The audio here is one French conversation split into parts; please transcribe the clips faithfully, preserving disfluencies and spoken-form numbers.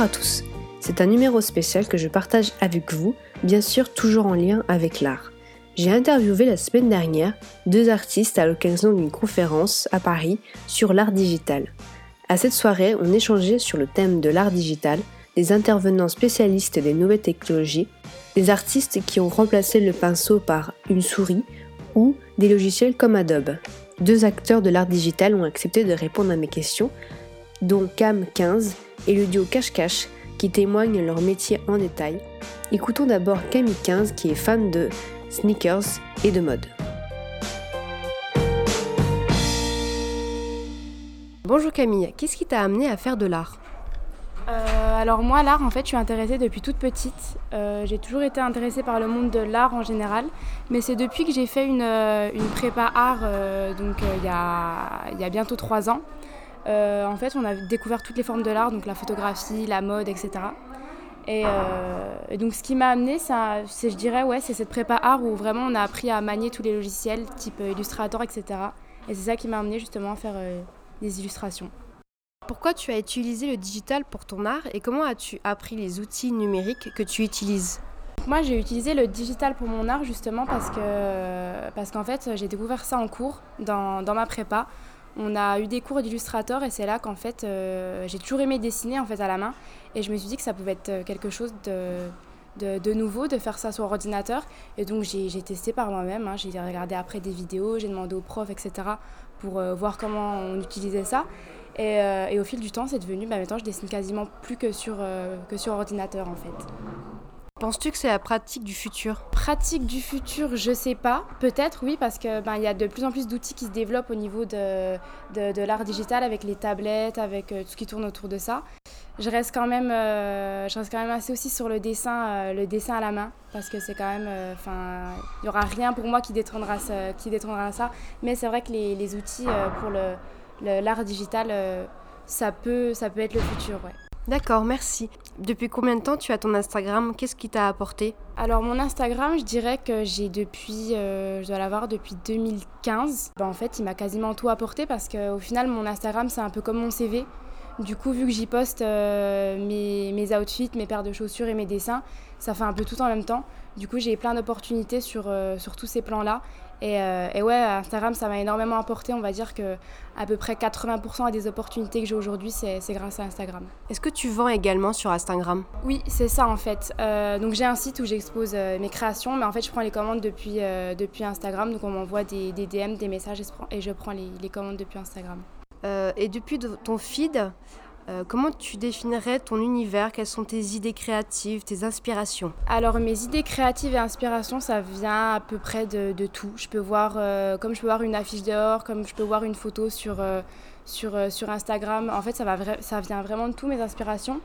à tous, c'est un numéro spécial que je partage avec vous, bien sûr toujours en lien avec l'art. J'ai interviewé la semaine dernière deux artistes à l'occasion d'une conférence à Paris sur l'art digital. À cette soirée, on échangeait sur le thème de l'art digital, des intervenants spécialistes des nouvelles technologies, des artistes qui ont remplacé le pinceau par une souris ou des logiciels comme Adobe. Deux acteurs de l'art digital ont accepté de répondre à mes questions, dont Cam quinze et le duo Cache Cache, qui témoignent leur métier en détail. Écoutons d'abord Camille quinze qui est fan de sneakers et de mode. Bonjour Camille, qu'est-ce qui t'a amené à faire de l'art ? Euh, alors moi, l'art, en fait, je suis intéressée depuis toute petite. Euh, j'ai toujours été intéressée par le monde de l'art en général, mais c'est depuis que j'ai fait une, euh, une prépa art, euh, donc il euh, y, a, y a bientôt trois ans. Euh, en fait, on a découvert toutes les formes de l'art, donc la photographie, la mode, et cetera. Et, euh, et donc ce qui m'a amenée, c'est, c'est, je dirais, ouais, c'est cette prépa art où vraiment on a appris à manier tous les logiciels, type Illustrator, et cetera. Et c'est ça qui m'a amenée justement à faire euh, des illustrations. Pourquoi tu as utilisé le digital pour ton art et comment as-tu appris les outils numériques que tu utilises ? Moi, j'ai utilisé le digital pour mon art justement parce que parce qu'en fait, j'ai découvert ça en cours dans, dans ma prépa. On a eu des cours d'Illustrator et c'est là qu'en fait, euh, j'ai toujours aimé dessiner en fait à la main et je me suis dit que ça pouvait être quelque chose de, de, de nouveau, de faire ça sur ordinateur. Et donc, j'ai, j'ai testé par moi-même, hein. J'ai regardé après des vidéos, j'ai demandé aux profs, et cetera pour euh, voir comment on utilisait ça. Et, euh, et au fil du temps, c'est devenu, bah, maintenant je dessine quasiment plus que sur, euh, que sur ordinateur en fait. Penses-tu que c'est la pratique du futur ? Pratique du futur, je sais pas. Peut-être oui, parce qu'il ben, y a de plus en plus d'outils qui se développent au niveau de, de, de l'art digital avec les tablettes, avec euh, tout ce qui tourne autour de ça. Je reste quand même, euh, je reste quand même assez aussi sur le dessin, euh, le dessin à la main, parce que c'est quand même, enfin, euh, il y aura rien pour moi qui détrônera ça, qui détrônera ça. Mais c'est vrai que les, les outils euh, pour le Le, l'art digital, euh, ça, peut, ça peut être le futur, ouais. D'accord, merci. Depuis combien de temps tu as ton Instagram ? Qu'est-ce qui t'a apporté ? Alors mon Instagram, je dirais que j'ai depuis, euh, je dois l'avoir depuis deux mille quinze. Ben, en fait, il m'a quasiment tout apporté parce qu'au final, mon Instagram, c'est un peu comme mon C V. Du coup, vu que j'y poste euh, mes, mes outfits, mes paires de chaussures et mes dessins, ça fait un peu tout en même temps. Du coup, j'ai plein d'opportunités sur, euh, sur tous ces plans-là. Et, euh, et ouais, Instagram, ça m'a énormément apporté. On va dire qu'à peu près quatre-vingts pour cent des opportunités que j'ai aujourd'hui, c'est, c'est grâce à Instagram. Est-ce que tu vends également sur Instagram ? Oui, c'est ça en fait. Euh, donc j'ai un site où j'expose euh, mes créations, mais en fait, je prends les commandes depuis, euh, depuis Instagram. Donc on m'envoie des, des D M, des messages et, et je prends les, les commandes depuis Instagram. Euh, et depuis ton feed, euh, comment tu définirais ton univers ? Quelles sont tes idées créatives, tes inspirations ? Alors mes idées créatives et inspirations, ça vient à peu près de, de tout. Je peux voir, euh, comme je peux voir une affiche dehors, comme je peux voir une photo sur, euh, sur, euh, sur Instagram. En fait, ça, va vra- ça vient vraiment de tout, mes inspirations.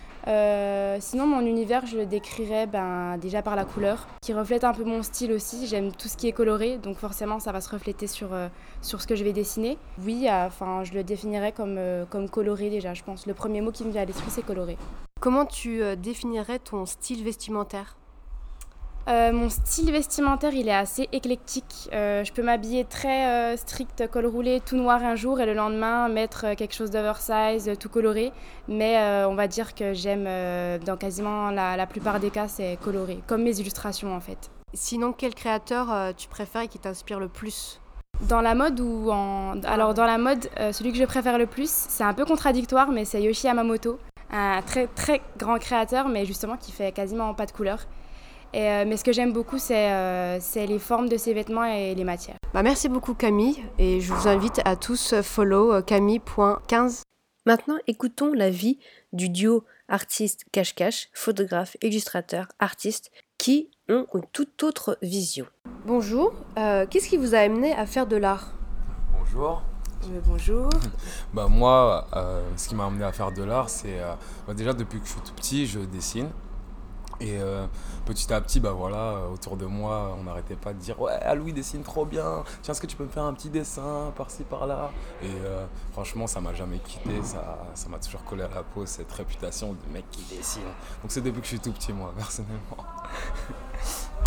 Euh, sinon, mon univers, je le décrirais ben, déjà par la couleur, qui reflète un peu mon style aussi. J'aime tout ce qui est coloré, donc forcément, ça va se refléter sur, euh, sur ce que je vais dessiner. Oui, enfin, euh, je le définirais comme, euh, comme coloré déjà, je pense. Le premier mot qui me vient à l'esprit, c'est coloré. Comment tu euh, définirais ton style vestimentaire ? Euh, mon style vestimentaire, il est assez éclectique. Euh, je peux m'habiller très euh, strict, col roulé, tout noir un jour et le lendemain mettre quelque chose d'oversize, tout coloré. Mais euh, on va dire que j'aime, euh, dans quasiment la, la plupart des cas, c'est coloré, comme mes illustrations en fait. Sinon, quel créateur euh, tu préfères et qui t'inspire le plus ? Dans la mode ou en... Alors dans la mode, euh, celui que je préfère le plus, c'est un peu contradictoire, mais c'est Yohji Yamamoto, un très très grand créateur, mais justement qui fait quasiment pas de couleur. Et, euh, mais ce que j'aime beaucoup, c'est, euh, c'est les formes de ses vêtements et les matières. Bah, merci beaucoup Camille, et je vous invite à tous follow camille quinze. Maintenant, écoutons la vie du duo artiste Cache Cache, photographe, illustrateur, artiste, qui ont une toute autre vision. Bonjour, euh, qu'est-ce qui vous a amené à faire de l'art ? Bonjour. Euh, bonjour. bah moi, euh, ce qui m'a amené à faire de l'art, c'est euh, bah déjà depuis que je suis tout petit, je dessine. Et euh, petit à petit, bah voilà, autour de moi, on n'arrêtait pas de dire ouais, Louis dessine trop bien. Tiens, est-ce que tu peux me faire un petit dessin par-ci par-là ? Et euh, franchement, ça m'a jamais quitté. Ça, ça m'a toujours collé à la peau cette réputation de mec qui dessine. Donc c'est depuis que je suis tout petit, moi, personnellement.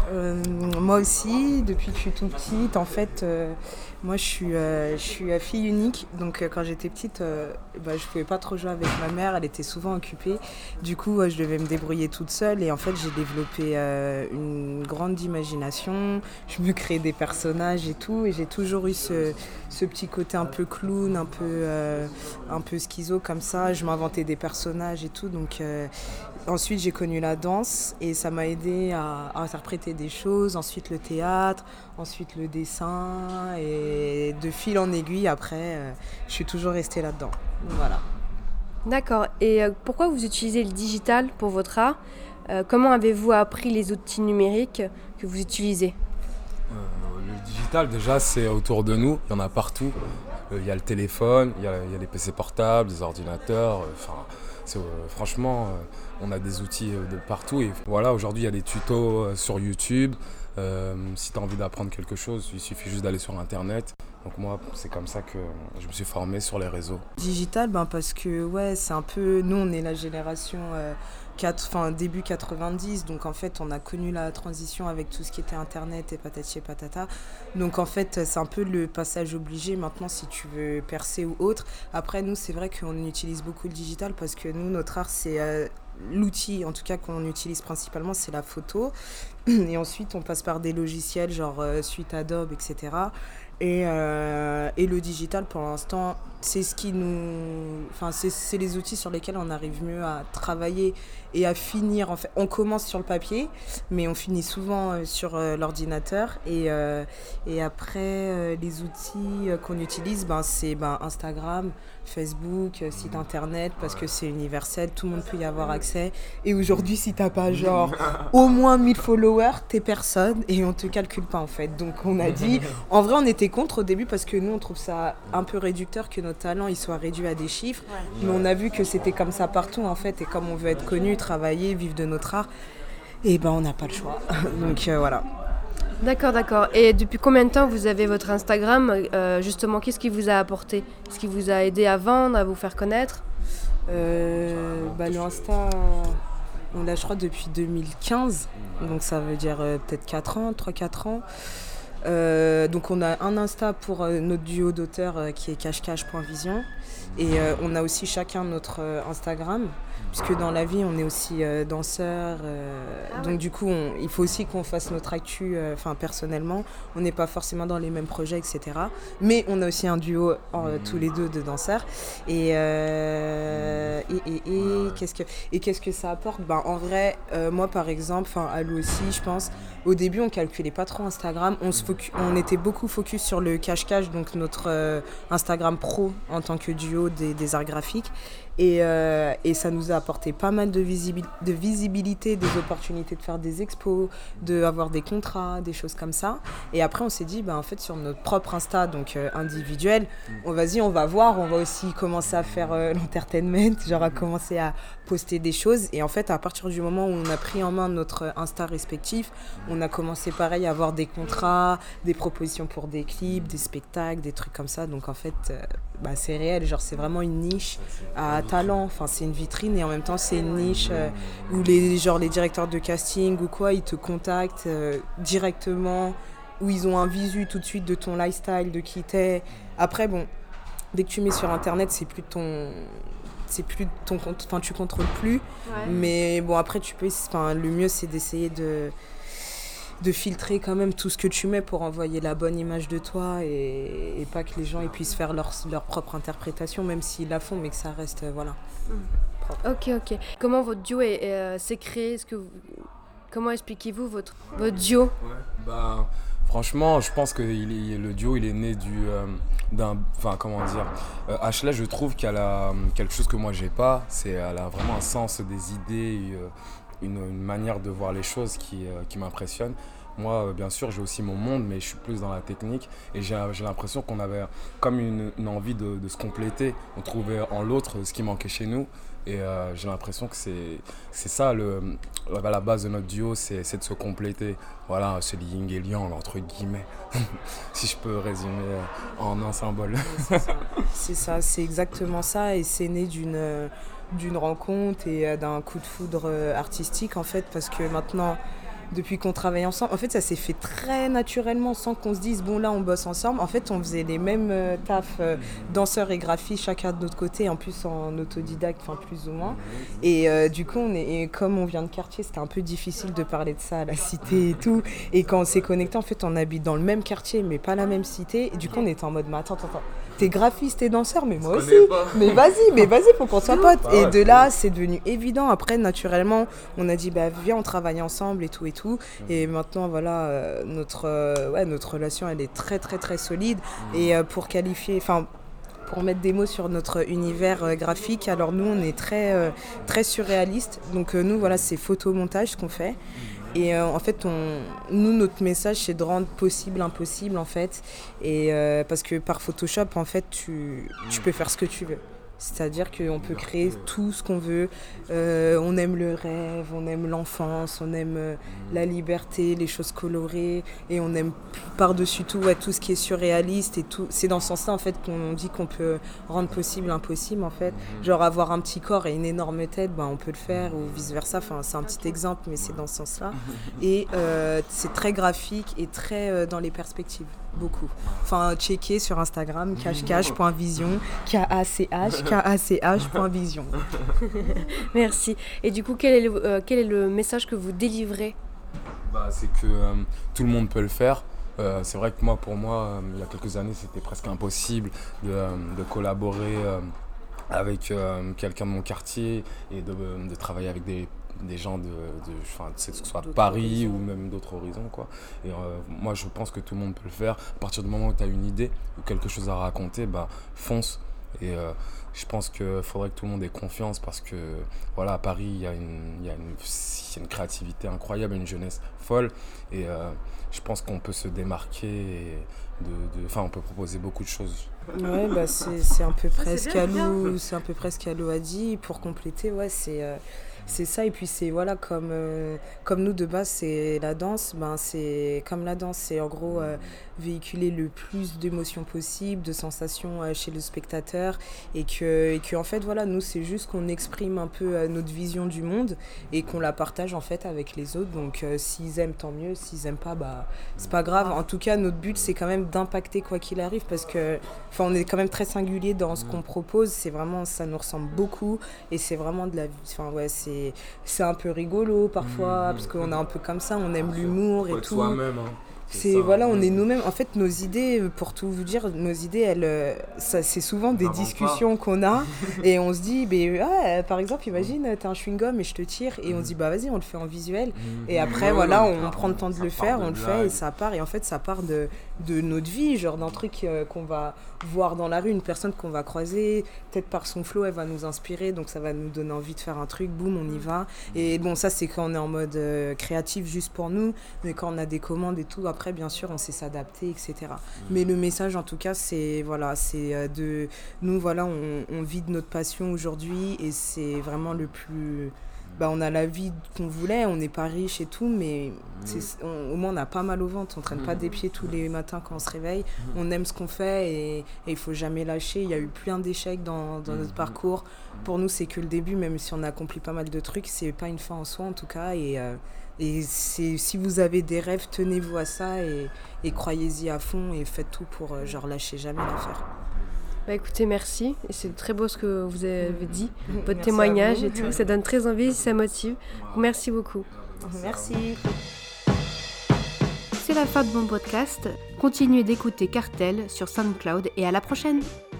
Euh, moi aussi, depuis que je suis toute petite, en fait, euh, moi je suis, euh, je suis fille unique. Donc euh, quand j'étais petite, euh, bah, je pouvais pas trop jouer avec ma mère, elle était souvent occupée. Du coup, euh, je devais me débrouiller toute seule et en fait, j'ai développé euh, une grande imagination. Je me créais des personnages et tout. Et j'ai toujours eu ce, ce petit côté un peu clown, un peu, euh, un peu schizo comme ça. Je m'inventais des personnages et tout. Donc euh, ensuite, j'ai connu la danse et ça m'a aidé à, à interpréter des choses. Ensuite, le théâtre, ensuite le dessin. Et de fil en aiguille, après, euh, je suis toujours restée là-dedans. Voilà. D'accord. Et euh, pourquoi vous utilisez le digital pour votre art ? Euh, comment avez-vous appris les outils numériques que vous utilisez ? Euh, le digital, déjà, c'est autour de nous. Il y en a partout. Il euh, y a le téléphone, il y, y a les P C portables, les ordinateurs. Enfin, euh, euh, franchement, euh, on a des outils euh, de partout. Et voilà, aujourd'hui, il y a des tutos euh, sur YouTube. Euh, si tu as envie d'apprendre quelque chose, il suffit juste d'aller sur Internet. Donc moi, c'est comme ça que je me suis formé sur les réseaux. Digital, ben parce que ouais, c'est un peu... Nous, on est la génération euh, quatre, enfin, début quatre-vingt-dix. Donc en fait, on a connu la transition avec tout ce qui était Internet et patati et patata. Donc en fait, c'est un peu le passage obligé maintenant si tu veux percer ou autre. Après, nous, c'est vrai qu'on utilise beaucoup le digital parce que nous, notre art, c'est... Euh, l'outil, en tout cas, qu'on utilise principalement, c'est la photo. Et ensuite, on passe par des logiciels genre euh, Suite Adobe, et cetera. Et, euh, et le digital, pour l'instant, c'est ce qui nous... Enfin, c'est, c'est les outils sur lesquels on arrive mieux à travailler et à finir. En fait, on commence sur le papier, mais on finit souvent euh, sur euh, l'ordinateur. Et, euh, et après, euh, les outils euh, qu'on utilise, ben, c'est ben, Instagram, Facebook, euh, site internet, parce que c'est universel, tout le monde peut y avoir accès. Et aujourd'hui, si t'as pas genre au moins mille followers, t'es personne et on te calcule pas en fait. Donc on a dit, en vrai on était contre au début parce que nous on trouve ça un peu réducteur que notre talent il soit réduit à des chiffres. Ouais. Mais on a vu que c'était comme ça partout en fait et comme on veut être connu, travailler, vivre de notre art, et ben on n'a pas le choix. Donc euh, voilà. D'accord, d'accord. Et depuis combien de temps vous avez votre Instagram ? euh, Justement, qu'est-ce qui vous a apporté ? Est-ce qui vous a aidé à vendre, à vous faire connaître ? euh, bah, Le Insta, on l'a je crois depuis deux mille quinze, donc ça veut dire euh, peut-être quatre ans, trois quatre ans. Euh, donc on a un Insta pour euh, notre duo d'auteurs euh, qui est cache cache point vision et euh, on a aussi chacun notre euh, Instagram puisque dans la vie on est aussi euh, danseur euh, ah donc ouais. Du coup on, il faut aussi qu'on fasse notre actu enfin euh, personnellement on n'est pas forcément dans les mêmes projets etc mais on a aussi un duo euh, tous les deux de danseurs et, euh, et, et, et, qu'est-ce que, et qu'est-ce que ça apporte ben, en vrai euh, moi par exemple Alou aussi je pense au début on calculait pas trop Instagram on, se focus, on était beaucoup focus sur le cache-cache donc notre euh, Instagram pro en tant que duo des, des arts graphiques et, euh, et ça nous a apporté pas mal de, visibil- de visibilité, des opportunités de faire des expos, d'avoir des contrats, des choses comme ça. Et après, on s'est dit, bah, en fait, sur notre propre Insta, donc euh, individuel, on, vas-y, on va voir, on va aussi commencer à faire euh, l'entertainment, genre à commencer à poster des choses. Et en fait, à partir du moment où on a pris en main notre Insta respectif, on a commencé pareil à avoir des contrats, des propositions pour des clips, des spectacles, des trucs comme ça. Donc en fait, euh, bah, c'est réel, genre c'est vraiment une niche à talent, enfin c'est une vitrine et en même temps c'est une niche euh, où les, genre, les directeurs de casting ou quoi, ils te contactent euh, directement, où ils ont un visu tout de suite de ton lifestyle, de qui t'es. Après bon, dès que tu mets sur internet, c'est plus ton... c'est plus ton compte, enfin tu contrôles plus, ouais. Mais bon après tu peux, enfin le mieux c'est d'essayer de de filtrer quand même tout ce que tu mets pour envoyer la bonne image de toi et, et pas que les gens ils puissent faire leur, leur propre interprétation même s'ils la font mais que ça reste euh, voilà mmh. Ok ok. Comment votre duo est, est, euh, s'est créé? Est-ce que vous, comment expliquez-vous votre, votre duo? Ouais, bah, franchement je pense que il est, le duo il est né du euh, d'un enfin comment dire euh, Ashley je trouve qu'elle a quelque chose que moi j'ai pas, c'est elle a vraiment un sens des idées et, euh, Une, une manière de voir les choses qui, euh, qui m'impressionne. Moi, euh, bien sûr, j'ai aussi mon monde, mais je suis plus dans la technique. Et j'ai, j'ai l'impression qu'on avait comme une, une envie de, de se compléter. On trouvait en l'autre ce qui manquait chez nous. Et euh, j'ai l'impression que c'est, c'est ça, le, la, la base de notre duo, c'est, c'est de se compléter. Voilà, c'est le yin et le yang, entre guillemets, si je peux résumer en un symbole. C'est ça, c'est ça, c'est exactement ça. Et c'est né d'une... d'une rencontre et d'un coup de foudre artistique en fait parce que maintenant depuis qu'on travaille ensemble. En fait, ça s'est fait très naturellement sans qu'on se dise, bon là, on bosse ensemble. En fait, on faisait les mêmes euh, tafs, euh, danseurs et graphistes, chacun de notre côté, en plus en autodidacte, enfin plus ou moins. Et euh, du coup, on est, et comme on vient de quartier, c'était un peu difficile de parler de ça à la cité et tout. Et quand on s'est connecté, en fait, on habite dans le même quartier, mais pas la même cité. Et du coup, on était en mode, mais attends, attends, attends. T'es graphiste et danseur, mais moi aussi. Mais vas-y, mais vas-y, faut qu'on soit potes. Et de là, c'est devenu évident. Après, naturellement, on a dit, bah viens, on travaille ensemble et tout et tout. Et maintenant, voilà, euh, notre, euh, ouais, notre relation, elle est très, très, très solide. Et euh, pour qualifier, enfin, pour mettre des mots sur notre univers euh, graphique, alors nous, on est très, euh, très surréaliste. Donc euh, nous, voilà, c'est photomontage ce qu'on fait. Et euh, en fait, on, nous, notre message, c'est de rendre possible l'impossible, en fait. Et euh, parce que par Photoshop, en fait, tu, tu peux faire ce que tu veux. C'est-à-dire qu'on peut créer tout ce qu'on veut. Euh, on aime le rêve, on aime l'enfance, on aime euh, la liberté, les choses colorées. Et on aime par-dessus tout ouais, tout ce qui est surréaliste. Et tout. C'est dans ce sens-là, en fait, qu'on dit qu'on peut rendre possible l'impossible, en fait. Genre avoir un petit corps et une énorme tête, ben, on peut le faire, ou vice-versa. Enfin, c'est un petit exemple, mais c'est dans ce sens-là. Et euh, c'est très graphique et très euh, dans les perspectives. Beaucoup. Enfin, checker sur Instagram, cache cache point vision, K A C H, K A C H point vision. Merci. Et du coup, quel est le, euh, quel est le message que vous délivrez ? Bah, c'est que euh, tout le monde peut le faire. Euh, c'est vrai que moi, pour moi, euh, il y a quelques années, c'était presque impossible de, euh, de collaborer euh, avec euh, quelqu'un de mon quartier et de, de travailler avec des des gens de, de enfin, que ce soit de Paris horizons. Ou même d'autres horizons, quoi. Et euh, moi, je pense que tout le monde peut le faire. À partir du moment où tu as une idée ou quelque chose à raconter, bah, fonce. Et euh, je pense qu'il faudrait que tout le monde ait confiance parce que, voilà, à Paris, il y a une, il y a une, il y a une créativité incroyable, une jeunesse folle. Et euh, je pense qu'on peut se démarquer et de, de, enfin, on peut proposer beaucoup de choses. Ouais, bah, c'est, c'est un peu près ce qu'Alou, c'est un peu près ce qu'Alou a dit. Pour compléter, ouais, c'est... Euh, c'est ça, et puis c'est voilà, comme, euh, comme nous de base, c'est la danse, ben c'est comme la danse, c'est en gros euh, véhiculer le plus d'émotions possible, de sensations euh, chez le spectateur, et que, et que en fait, voilà, nous, c'est juste qu'on exprime un peu euh, notre vision du monde et qu'on la partage en fait avec les autres. Donc, euh, s'ils aiment, tant mieux, s'ils aiment pas, bah c'est pas grave. En tout cas, notre but, c'est quand même d'impacter quoi qu'il arrive, parce que, enfin, on est quand même très singulier dans ce qu'on propose. C'est vraiment, ça nous ressemble beaucoup, et c'est vraiment de la, enfin ouais, c'est c'est un peu rigolo parfois, mmh, parce qu'on est un peu comme ça, on aime l'humour et tout. Soi-même, hein. C'est, c'est ça, voilà, on est nous-mêmes. En fait, nos idées, pour tout vous dire, nos idées, elles, ça, c'est souvent des discussions pas. Qu'on a, et on se dit, bah, ah, par exemple, imagine, t'as un chewing-gum et je te tire, et on se dit, bah vas-y, on le fait en visuel. Mmh. Et après, ouais, voilà, on, on prend le temps de le faire, on le fait, et ça part. Et en fait, ça part de, de notre vie, genre d'un truc euh, qu'on va voir dans la rue, une personne qu'on va croiser, peut-être par son flow, elle va nous inspirer, donc ça va nous donner envie de faire un truc, boum, on y va. Et bon, ça, c'est quand on est en mode euh, créatif juste pour nous, mais quand on a des commandes et tout, après, bien sûr, on sait s'adapter, et cetera. Mais le message, en tout cas, c'est, voilà, c'est euh, de... Nous, voilà, on, on vit de notre passion aujourd'hui, et c'est vraiment le plus... Bah, on a la vie qu'on voulait, on n'est pas riche et tout, mais c'est, on, au moins on a pas mal au ventre, on ne traîne pas des pieds tous les matins quand on se réveille, on aime ce qu'on fait, et il ne faut jamais lâcher. Il y a eu plein d'échecs dans, dans notre parcours. Pour nous, c'est que le début, même si on a accompli pas mal de trucs, c'est pas une fin en soi en tout cas. Et, euh, et c'est, si vous avez des rêves, tenez-vous à ça, et, et croyez-y à fond, et faites tout pour euh, genre lâcher jamais l'affaire. Bah écoutez, merci. Et c'est très beau ce que vous avez dit, votre merci témoignage et tout. Ça donne très envie, ça motive. Merci beaucoup. Merci. C'est la fin de mon podcast. Continuez d'écouter Cartel sur SoundCloud et à la prochaine.